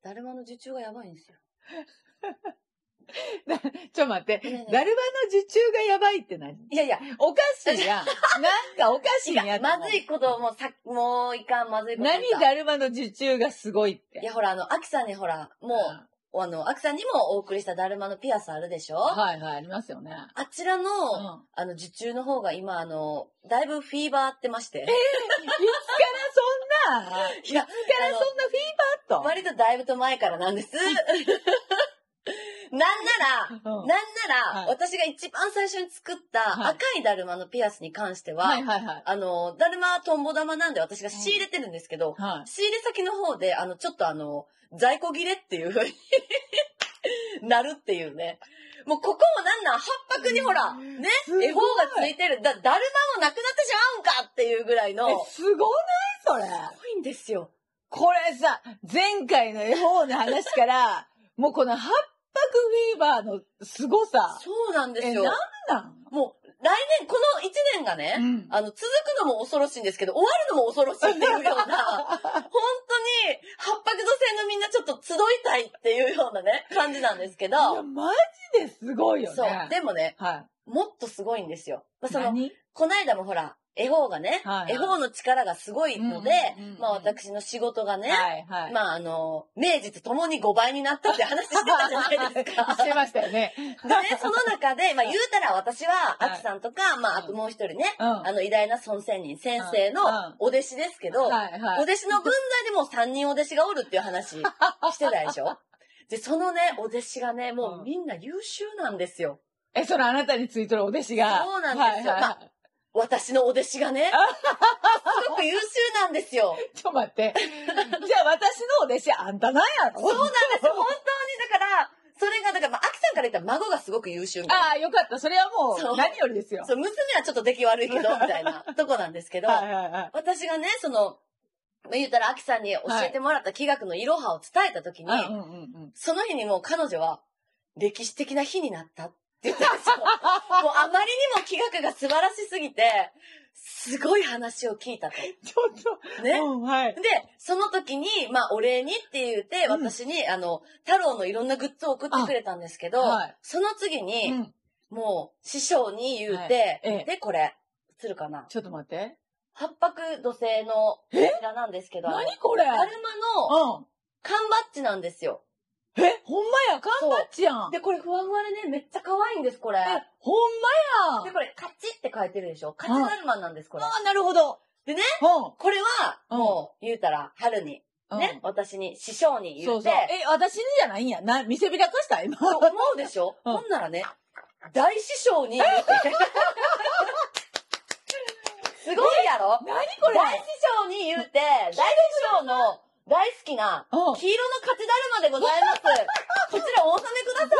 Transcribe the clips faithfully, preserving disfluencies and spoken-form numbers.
だるまの受注がやばいんですよ。 ちょっと待って。だるまの受注がやばいって何？ いやいや。 おかしいやん。なんかおかしいやん。 まずいこともさ、もういかん、まずいこと。 何だるまの受注がすごいって。 いや、ほら、あの、アキさんにほら、もう、うん、あの、アキさんにもお送りしただるまのピアスあるでしょ？ はいはい、ありますよね。 あちらの、うん、あの、受注の方が今、あの、だいぶフィーバーってまして。えー、いつからそんな、いつからそんなフィーバーっと割とだいぶと前からなんです。なんなら、うん、なんなら、はい、私が一番最初に作った赤いだるまのピアスに関しては、はいはいはいはい、あの、だるまはトンボ玉なんで私が仕入れてるんですけど、はい、仕入れ先の方で、あの、ちょっとあの、在庫切れっていう風になるっていうね。もうここもなんなん、八白にほら、ね、絵本がついてる。だ、だるまもなくなってしまうんかっていうぐらいの。 え、すごないそれ。すごいんですよ。 これさ、前回の絵本の話から、もうこの八白フィーバーの凄さ。 そうなんですよ。 え、なんなんもう、来年、この一年がね、うん、あの、続くのも恐ろしいんですけど、終わるのも恐ろしいっていうような、本当に、八白土星のみんなちょっと集いたいっていうようなね、感じなんですけど。いや、マジですごいよね。 そう。でもね、はい、もっとすごいんですよ。その、この間もほら、絵本がね、はいはい、絵本の力がすごいので、うんうんうん、まあ私の仕事がね、はいはい、まああの、名実ともにごばいになったって話してたじゃないですか。 してましたよね。 でね、その中で、まあ言うたら私は、アキさんとか、まああともう一人ね、うん、あの偉大な孫仙人先生のお弟子ですけど、うんはいはい、お弟子の分際でもさんにんお弟子がおるっていう話してたでしょ。で、そのね、お弟子がね、もうみんな優秀なんですよ。 え、そのあなたについてるお弟子が。 そうなんですよ。はいはいはい、まあ私のお弟子がね、すごく優秀なんですよ。 ちょっと待って。じゃあ私のお弟子あんたなんやろ？ そうなんですよ。本当に。だから、それが、だから、まあ、アキさんから言ったら孫がすごく優秀みたいな。 ああ、よかった。それはもう、何よりですよ。 そう、娘はちょっと出来悪いけど、みたいなとこなんですけど、はいはいはい、私がね、その、言うたら、アキさんに教えてもらった気学のいろはを伝えたときに、はいうんうんうん、その日にもう彼女は、歴史的な日になったって言ったんですよ。もうあまりにも気学が素晴らしすぎて、すごい話を聞いたと。ちょっと。 ね、 うんはい。 で、その時に、まあ、お礼にって言って、私に、うん、あの、太郎のいろんなグッズを送ってくれたんですけど、はい、その次に、うん、もう、師匠に言うて、はいええ、で、これ、映るかな？ ちょっと待って。 八白土星の、こちらなんですけど、 何これ？ だるまの、缶バッジなんですよ。 え、ほんまや、缶バッジやん。 で、これふわふわでね、めっちゃ可愛いんです、これ。え、 ほんまや。 で、これ、カチって書いてるでしょ？カチだるまなんです、これ。 ああ、なるほど。 でね、これは、もう、言うたら、春に、ね、私に、師匠に言って。そうそう。 え、私にじゃないんや。な、見せびらかした今。 そう思うでしょ？ほんならね、大師匠に言って。すごいやろ？ 何これ？ 大師匠に言うて、大師匠の、大好きな、黄色の勝ちだるまでございます。こちらお納めください。うわー、嬉しい。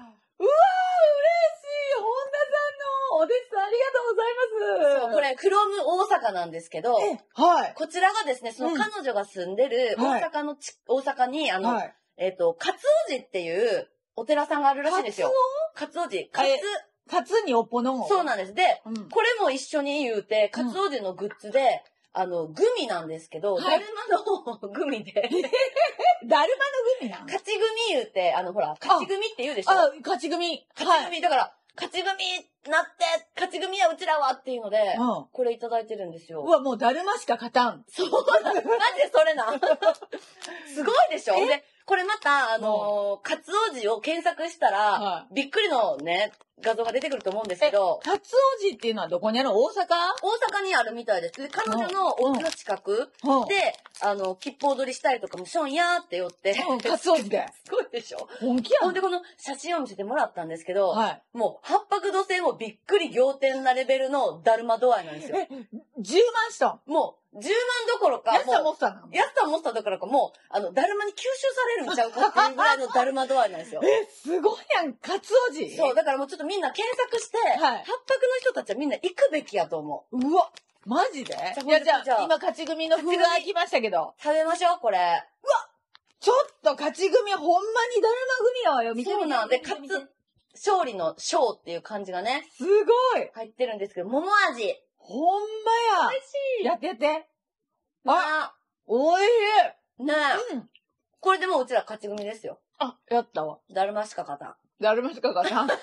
本田さんのお弟子さんありがとうございます。 そう、これ、クロム大阪なんですけど、はい。こちらがですね、その彼女が住んでる大阪のち、うん、大阪に、あの、はい、えっと、勝尾寺っていうお寺さんがあるらしいんですよ。勝尾寺。勝カツにおっぽの。 そうなんです。で、うん、これも一緒に言うて、カツオジのグッズで、あの、グミなんですけど、はい、だるまのグミで。だるまのグミなの？ 勝ち組言うて、あの、ほら、勝ち組って言うでしょ？ あ、勝ち組。 勝ち組、はい、だから、勝ち組なって、勝ち組はうちらはっていうので、うん、これいただいてるんですよ。 うわ、もうだるましか勝たん。 そうな、マジでそれな。すごいでしょ？で、これまた、あのー、カツオジを検索したら、はい、びっくりのね、画像が出てくると思うんですけど。 カツオジっていうのはどこにあるの？大阪？ 大阪にあるみたいです。で、彼女のお家の近くで、あの、切符踊りしたりとかもしょんやーって寄って。 カツオジで。 すごいでしょ？ 本気やん。 ほんで、この写真を見せてもらったんですけど、はい、もう、八白土星もびっくり仰天なレベルのだるま度合いなんですよ。 え、じゅうまんした？ もう、じゅうまんどころか、 安さ持ったの？ 安さ持ったどころか、もう、あの、だるまに吸収されるんちゃうかっていうぐらいのだるま度合いなんですよ。 え、すごいやん、カツオジ。 そう、だからもうちょっとみんな検索して、はい、八白の人たちはみんな行くべきやと思う。 うわ、マジで？いや、じゃあ、今、勝ち組の風が来ましたけど。 食べましょう、これ。うわ、 ちょっと勝ち組、ほんまにだるま組やわよ、見てみて。 そうなんで、勝つ、勝利の勝っていう感じがね。 すごい入ってるんですけど、桃味。 ほんまや。 美味しい。 やってやって。 あ、 おいしい。 ねえ。うん。 これでもううちら勝ち組ですよ。 あ、やったわ。 だるましか勝たん。 だるましか勝たん。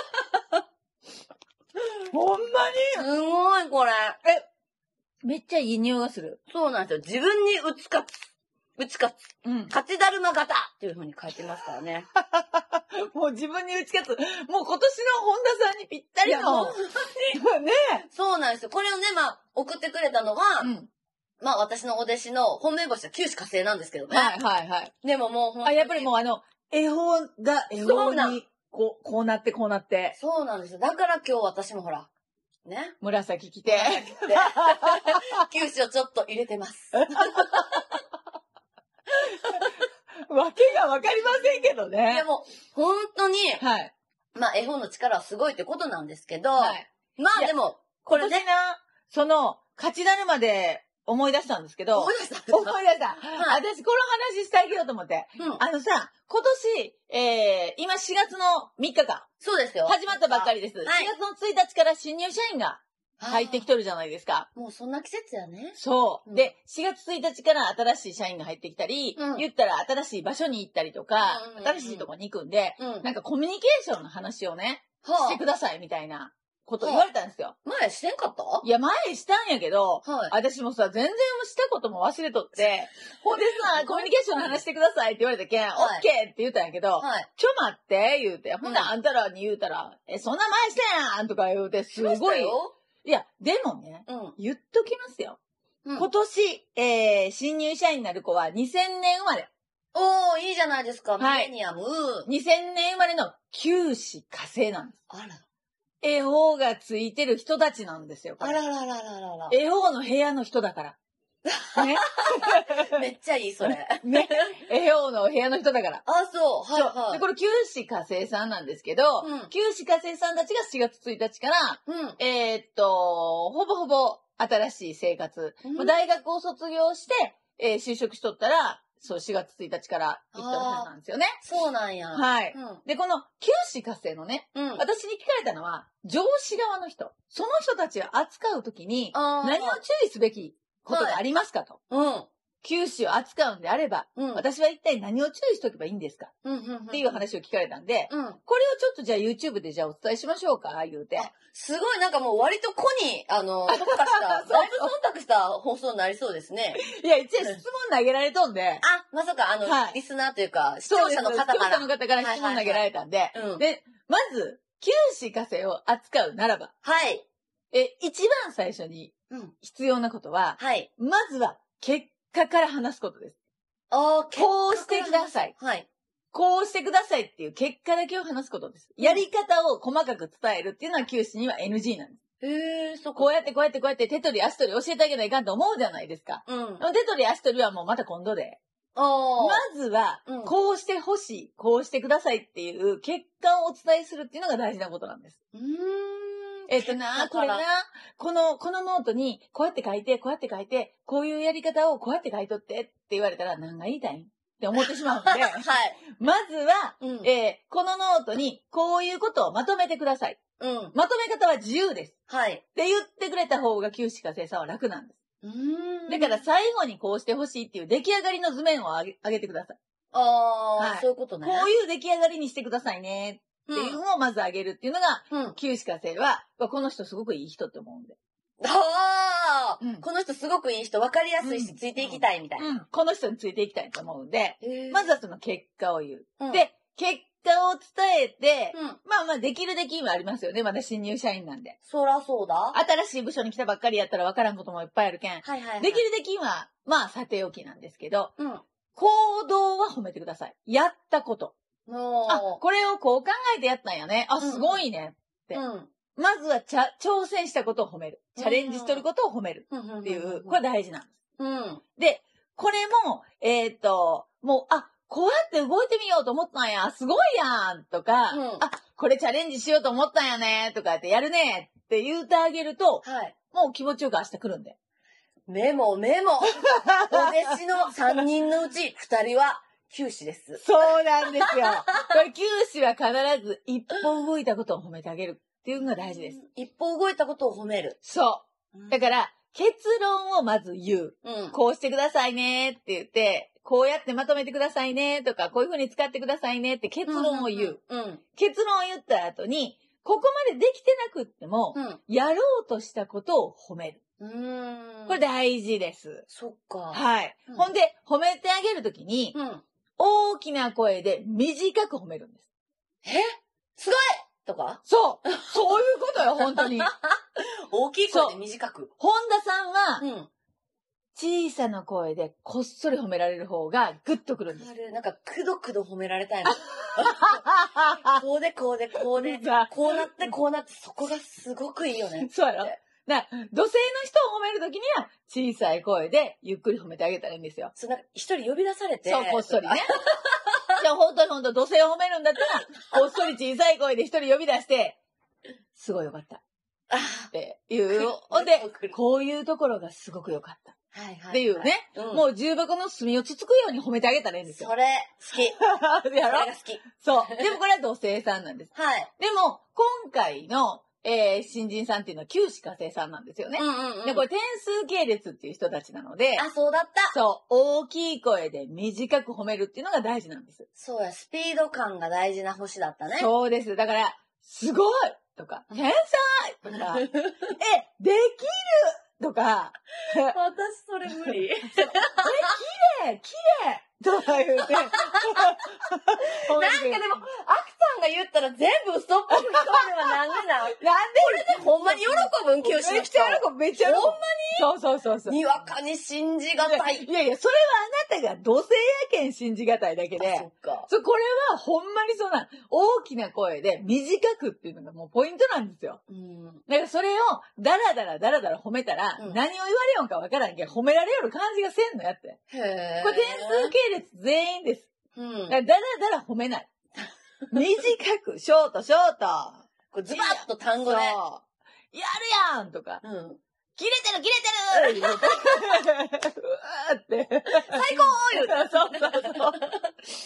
ほんまにすごい、これ。 え、めっちゃいい匂いがする。 そうなんですよ。自分に打ち勝つ。打ち勝つ。 うん。 勝ちだるま型っていう風に書いてますからね。 もう自分に打ち勝つ。もう今年の本田さんにぴったりの。ねそうなんですよ。これをね、まあ、送ってくれたのは、うん、まあ私のお弟子の本命星は九死火星なんですけどね。 はいはいはい。 でももう本当に。 あ、やっぱりもうあの、絵本が絵本にこう、こうなってこうなって。 そうなんですよ。だから今日私もほら、ね。 紫着て。 九死をちょっと入れてます。 わけがわかりませんけどね。 でも、本当に、 はい。 まあ絵本の力はすごいってことなんですけど、はい、まあでも、 これね、その、勝ちだるまで思い出したんですけど、 思い出した思い出した。はい、私この話してあげようと思って。うん、あのさ、今年、えー、今しがつのみっかか。 そうですよ。 始まったばっかりです。はい、しがつのついたちから新入社員が入ってきとるじゃないですか。 もうそんな季節やね。 そう。うん、で、しがつついたちから新しい社員が入ってきたり、うん、言ったら新しい場所に行ったりとか、うんうんうん、新しいとこに行くんで、うん、なんかコミュニケーションの話をね、はあ、してくださいみたいなこと言われたんですよ。 前してんかった？ いや、前したんやけど、はい、私もさ、全然したことも忘れとって、ほんでさ、コミュニケーションの話してくださいって言われたけん、オッケーって言ったんやけど、はい、ちょ待って、言うて、ほんならあんたらに言うたら、え、そんな前してんやんとか言うて、すごい。いや、でもね、うん、言っときますよ。うん、今年、えー、新入社員になる子はにせんねん生まれ。 おー、いいじゃないですか、ミレニアム。 にせんねん生まれの九死火星なんです。 あら。 恵方がついてる人たちなんですよ。 あらららららら。 恵方の部屋の人だから。 ね。めっちゃいい、それ。 ね。恵方の部屋の人だから。 あ、そう。はいはい。 で、これ九死火星さんなんですけど、うん、九死火星さんたちがしがつついたちから、うん、えー、っと、ほぼほぼ新しい生活。うん、大学を卒業して、えー、就職しとったら、そう、しがつついたちから行ったはずなんですよね。 そうなんや。 はい。うん、で、この九死火星のね、うん、私に聞かれたのは、上司側の人。その人たちを扱うときに、何を注意すべきことがありますかと。はい、うん。九死を扱うんであれば、うん、私は一体何を注意しておけばいいんですか、うんうんうん、っていう話を聞かれたんで、うん、これをちょっとじゃあ YouTube でじゃあお伝えしましょうか、言うて。 すごいなんかもう割と子に、あの、特化した、だいぶ忖度した放送になりそうですね。 いや、一応質問投げられとんで。 あ、まさかあの、はい、リスナーというか、視聴者の方から。視聴者の方から質問投げられたんで。はいはいはい、で、まず、九死火星を扱うならば。 はい。 え、一番最初に必要なことは、うん、はい。まずは、結果から話すことです。 ああ、 こうしてください。 はい。 こうしてくださいっていう結果だけを話すことです。うん、やり方を細かく伝えるっていうのは九死には エヌジー なんです。 へえ、そこうやってこうやってこうやって手取り足取り教えてあげないかんと思うじゃないですか。うん。手取り足取りはもうまた今度で。まずは、こうしてほしい、こうしてくださいっていう結果をお伝えするっていうのが大事なことなんです。 うーん。 えっとな、これな、この、このノートに、こうやって書いて、こうやって書いて、こういうやり方をこうやって書いとってって言われたら何が言いたいんって思ってしまうんで、はい。まずは、うん、えー、このノートにこういうことをまとめてください。うん。まとめ方は自由です。はい。って言ってくれた方が九死火星さんは楽なんです。うーん。だから最後にこうしてほしいっていう出来上がりの図面を上げ、上げてください。 ああ、はい、そういうことね。 こういう出来上がりにしてくださいね。っていうのをまず上げるっていうのが、うん、九死火星は、この人すごくいい人って思うんで。 ああ、うん、この人すごくいい人、分かりやすいし、ついていきたいみたいな、 うんうん。この人についていきたいと思うんで、まずはその結果を言う。うん、で、結果を伝えて、うん、まあまあできるできんはありますよね。まだ新入社員なんで。 そらそうだ。 新しい部署に来たばっかりやったら分からんこともいっぱいあるけん。はいはいはい、できるできんは、まあさておきなんですけど、うん、行動は褒めてください。やったこと。あ、これをこう考えてやったんやね。あ、すごいね。って。うん、まずはちゃ挑戦したことを褒める。チャレンジしとることを褒める。っていう、これ大事なんです。うん、で、これも、えっと、もう、あ、こうやって動いてみようと思ったんや。すごいやんとか、うん、あ、これチャレンジしようと思ったんやね。とかってやるね。って言うてあげると、はい、もう気持ちよく明日来るんで。 メモメモ。お弟子のさんにんのうちふたりは、九死です。 そうなんですよ。これ九死は必ず一歩動いたことを褒めてあげるっていうのが大事です。 一歩動いたことを褒める。 そう。だから、結論をまず言う。うん、こうしてくださいねって言って、 こうやってまとめてくださいねとか、こういう風に使ってくださいねって結論を言う。うんうんうん、結論を言った後に、ここまでできてなくっても、うん、やろうとしたことを褒める。うーんこれ大事です。 そっか。 はい。うん、ほんで、褒めてあげるときに、うん、大きな声で短く褒めるんです。 えすごいとかそう。そういうことよ、本当に。 大きい声で短く。 本田さんは、うん、小さな声でこっそり褒められる方がグッとくるんです。 なんか、くどくど褒められたいの。こうで、こうで、こうで、こうなって、こうなって、そこがすごくいいよね。 そうやろ。な、土星の人を褒めるときには、小さい声でゆっくり褒めてあげたらいいんですよ。 そう、なんか一人呼び出されて。 そう、こっそりね。じゃあ本当に本当、土星を褒めるんだったら、こっそり小さい声で一人呼び出して、すごいよかった。っていう。ほんで、こういうところがすごくよかった。はいはい。っていうね。うん、もう重箱の隅をつつくように褒めてあげたらいいんですよ。 それ、好き。 やろ？ それが好き。 そう。でもこれは土星さんなんです。はい。でも、今回の、えー、新人さんっていうのは九死火星さんなんですよね。うんうんうん、で、これ点数系列っていう人たちなので。 あ、そうだった。 そう。大きい声で短く褒めるっていうのが大事なんです。 そうや、スピード感が大事な星だったね。 そうです。だから、すごいとか、天才とか、え、できるとか。 私それ無理。え、 綺麗綺麗とか言うて。なんかでも、アクさんが言ったら全部嘘っぽく聞こえるのはなんでなんなんでこれでほんまに喜ぶん、九死の人。 めっちゃ喜ぶ、めっちゃ喜ぶ。 ほんまにそうそうそうそう。 にわかに信じがたい。 いやいや、それはあなたが土星やけん信じがたいだけで。そっか。そこれはほんまにそうなん。大きな声で短くっていうのがもうポイントなんですよ。うん。だからそれをダラダラダラダラ褒めたら、うん、何を言われよんかわからんけど、褒められよる感じがせんのやって。へー。これ点数系列全員です。うん。だからダラダラ褒めない。短く、ショート、ショート。 これズバッと単語で。そう。 やるやんとか。うん。切れてる切れてるうわーって。 最高言うて。 そうそうそう。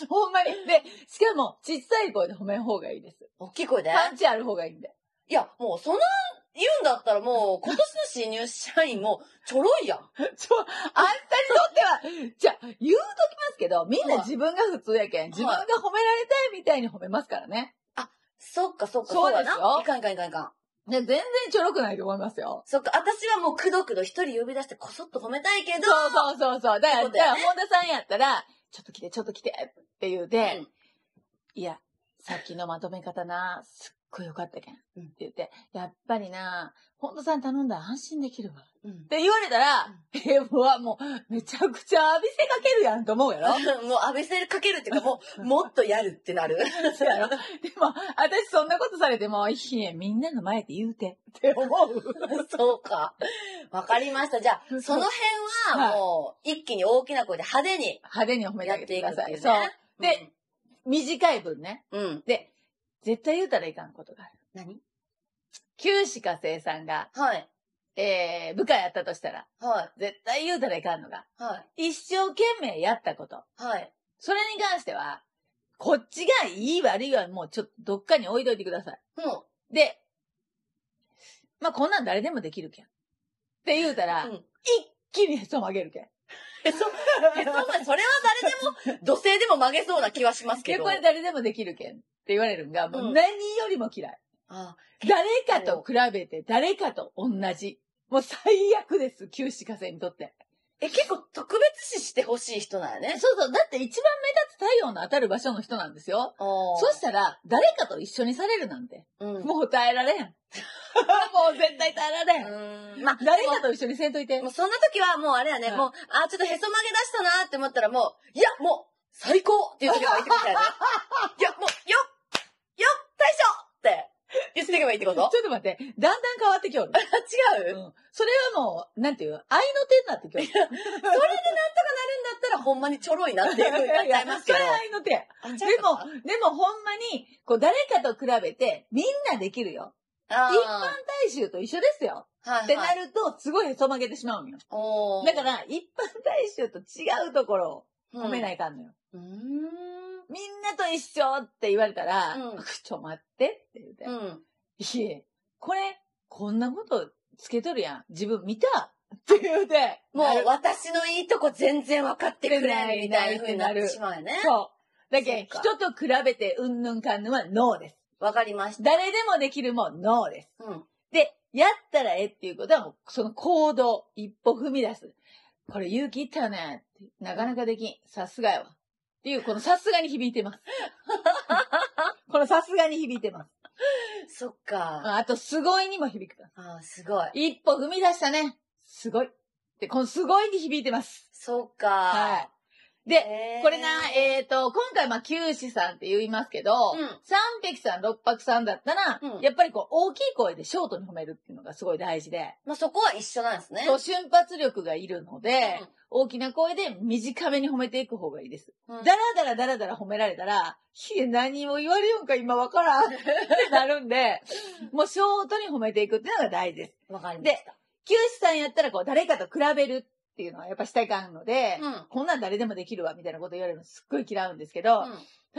ほんまに。で、しかも、ちっさい声で褒めん方がいいです。 大きい声でパンチある方がいいんで。 いや、もうその、言うんだったらもう、今年の新入社員もちょろいやん。 そう、あんたにとっては、じゃあ、言うときますけど、みんな自分が普通やけん、自分が褒められたいみたいに褒めますからね。 あ、そっかそっか。 そうですよ。 いかんいかんいかんいかん。 ね、全然ちょろくないと思いますよ。 そっか、私はもうくどくど一人呼び出してこそっと褒めたいけど。 そうそうそうそう。だから、だから本田さんやったら、ちょっと来て、ちょっと来て、って言うて、うん、いや、さっきのまとめ方な、すっごいよかったけん。うん、って言って、やっぱりな、本田さん頼んだら安心できるわ。うん、って言われたら、うん、え、もう、めちゃくちゃ浴びせかけるやんと思うやろもう浴びせかけるっていうか、もう、もっとやるってなる。 そうやろでも、私そんなことされても、いえ、みんなの前で言うて、って思う。 そうか。わかりました。じゃあ、その辺は、もう、一気に大きな声で派手に。 派手に褒めてあげてください。そう。で、うん、短い分ね。うん。で、絶対言うたらいかんことがある。 何？ 九死火星さんが、はい。えー、部下やったとしたら、はい。絶対言うたらいかんのが、はい。一生懸命やったこと。はい。それに関しては、こっちがいい悪いはもうちょっとどっかに置いといてください。うん。で、まあ、こんなん誰でもできるけん。って言うたら、うん、一気にへそ曲げるけん。 へそ、へそ曲げ、それは誰でも、土星でも曲げそうな気はしますけど。 これ誰でもできるけん。って言われるんが、もう何よりも嫌い。うん、ああ誰かと比べて、誰かと同じ。もう最悪です、九死火星にとって。 え、結構特別視してほしい人なんやね。 そうそう。だって一番目立つ太陽の当たる場所の人なんですよ。そしたら、誰かと一緒にされるなんて。うん、もう耐えられん。もう絶対耐えられん。うんまあ、誰かと一緒にせんといて。 もうそんな時はもうあれやね、はい、もう、あ、ちょっとへそ曲げ出したなって思ったらもう、いや、もう、最高って言ってけばいいってことやね。いや、もう、よっよっ大将って言ってけばいいってこと？ ちょっと待って。だんだん変わってきよる。 違う、うん、 それはもう、なんていう、愛の手になってきよる。それでなんとかなるんだったらほんまにちょろいなっていうふうになっちゃいますけど。 それは愛の手。でも、でもほんまに、こう誰かと比べてみんなできるよ。一般大衆と一緒ですよ。はいはい、ってなると、すごいへそ曲げてしまうんよ。だから、一般大衆と違うところを褒めないかんのよ。うん、うーんみんなと一緒って言われたら、うん、ちょ待ってって言って。うん、いえ、これ、こんなことつけとるやん。自分見たって言うて。 もう私のいいとこ全然分かってくれないみたいな風になってしまうよね。 そう。だけど、人と比べてうんぬんかんぬんはノーです。 わかりました。 誰でもできるもノーです。うん。で、やったらえっていうことはもう、その行動、一歩踏み出す。これ勇気いったよね。なかなかできん。さすがやわ。っていう、このさすがに響いてます。このさすがに響いてます。 そっか。 あと、すごいにも響く。 ああ、すごい。 一歩踏み出したね。すごい。で、このすごいに響いてます。 そっか。 はい。で、これな、えっと、今回まあ、九死さんって言いますけど、うん、三匹さん、六泊さんだったら、うん、やっぱりこう、大きい声でショートに褒めるっていうのがすごい大事で。 まあ、そこは一緒なんですね。 そう、瞬発力がいるので、うん、大きな声で短めに褒めていく方がいいです。うん、だらだらだらだら褒められたら、いや、何も言われよんか今わからんってなるんで、もうショートに褒めていくっていうのが大事です。 わかりました。 で、九死さんやったらこう、誰かと比べるっていうのはやっぱしたいかんので、うん、こんなん誰でもできるわみたいなこと言われるのすっごい嫌うんですけど、うん、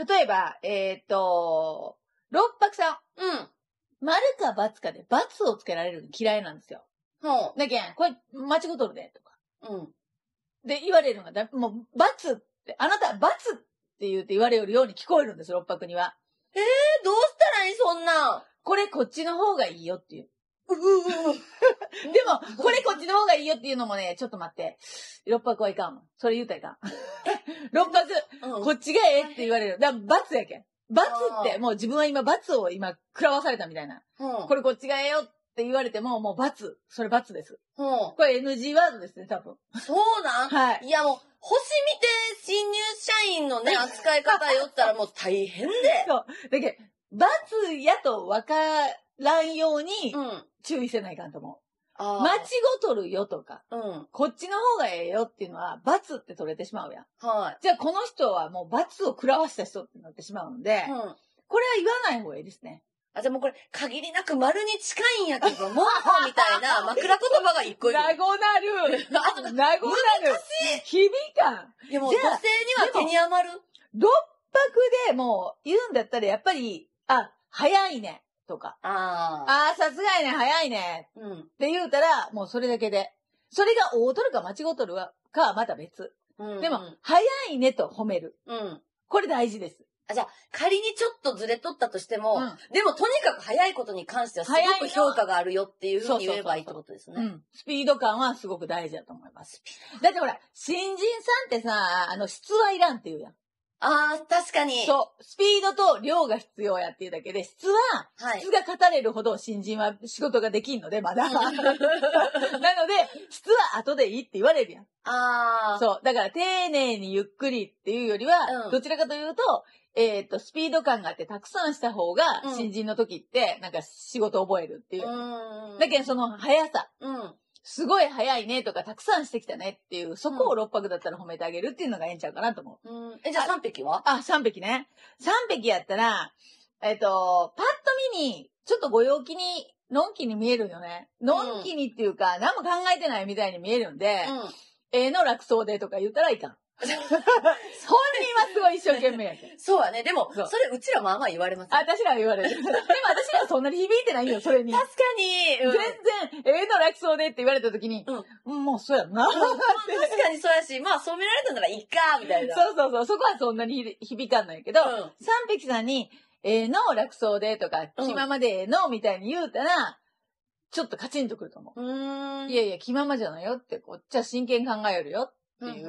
例えば、えっと、六泊さん。うん。丸か×かで×をつけられるの嫌いなんですよ。うん。だけん、これ間違うとるで、とか。うん。で、言われるのがだ、もう、×って、あなたは×って言うて言われるように聞こえるんです、六泊には。 えー、どうしたらいい、そんなん。 これこっちの方がいいよっていう。うううでも、これこっちの方がいいよっていうのもね、ちょっと待って。六泊はいかんわ。それ言うたらいかん。六泊、うん、こっちがええって言われる。だから、罰やけん。罰って、もう自分は今罰を今食らわされたみたいな。うん、これこっちがええよって言われても、もう罰。それ罰です。うん、これ エヌジー ワードですね、多分。 そうなんはい。いやもう、星見て新入社員のね、扱い方よったらもう大変で。 そう。だけど、罰やと分からんように、注意せないかんと思う。うん、間違うとるよとか、うん、こっちの方がええよっていうのは、罰って取れてしまうやん。はい。じゃあこの人はもう罰を食らわした人ってなってしまうんで、うん、これは言わない方がいいですね。 あ、じゃあもうこれ、限りなく丸に近いんやけども、みたいな枕言葉が一個いる。 なごなる。あと、なごなる。 難しい。 響かん。 いやもう女性には手に余る。 六泊でもう言うんだったらやっぱり、あ、早いね。とか。ああ。ああ、さすがやね、早いね。うん。って言うたら、もうそれだけで。それが大とるか間違うとるかはまた別。うんうん、でも、早いねと褒める。うん。これ大事です。 あ、じゃあ、仮にちょっとずれとったとしても、うん、でもとにかく早いことに関してはすごく評価があるよっていうふうに言えばいいってことですね。うん。 スピード感はすごく大事だと思います。だってほら、新人さんってさ、あの、質はいらんって言うやん。 ああ、確かに。 そう。スピードと量が必要やっていうだけで、質は、はい、質が語れるほど新人は仕事ができんので、まだ。なので、質は後でいいって言われるやん。ああ。そう。だから、丁寧にゆっくりっていうよりは、うん、どちらかというと、えっと、スピード感があってたくさんした方が、新人の時って、なんか仕事覚えるっていう。うん、だけど、その速さ。うんすごい早いねとか、たくさんしてきたねっていう、そこを六泊だったら褒めてあげるっていうのがええんちゃうかなと思う。 うん、え、じゃあ三匹はあ、三匹ね。三匹やったら、えっと、パッと見に、ちょっとご陽気に、のんきに見えるよね。のんきにっていうか、うん、何も考えてないみたいに見えるんで、うん、ええの楽そうでとか言ったらいかん。本人はすごい一生懸命やけど。そうやね。でも、それうちらまあまあ言われます、ね。 私らは言われる。でも私らはそんなに響いてないよ、それに。 確かに。 うん、全然、ええの楽そうでって言われた時に、うん、もうそうやな。うん、確かにそうやし、まあそう見られたならいいか、みたいな。 そうそうそう。そこはそんなに響かんないけど、三、うん、匹さんに、ええの楽そうでとか、気ままでええのみたいに言うたら、ちょっとカチンとくると思う。うーんいやいや、気ままじゃないよって、こっちは真剣考えるよ。っていう、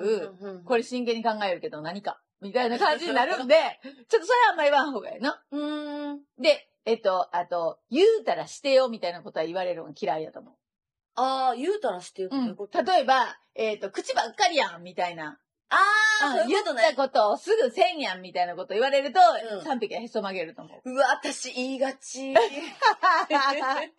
これ真剣に考えるけど何か、みたいな感じになるんで、ちょっとそれはあんま言わん方がいいの。うーん。で、えっと、あと、言うたらしてよみたいなことは言われるの嫌いだと思う。 ああ、言うたらしてよってどういうこと、 うん、例えば、えっと、口ばっかりやんみたいな。 ああ、うん、そういうことね。 言ったことをすぐせんやんみたいなこと言われると、うん、さん匹はへそ曲げると思う。 うわ、私言いがち。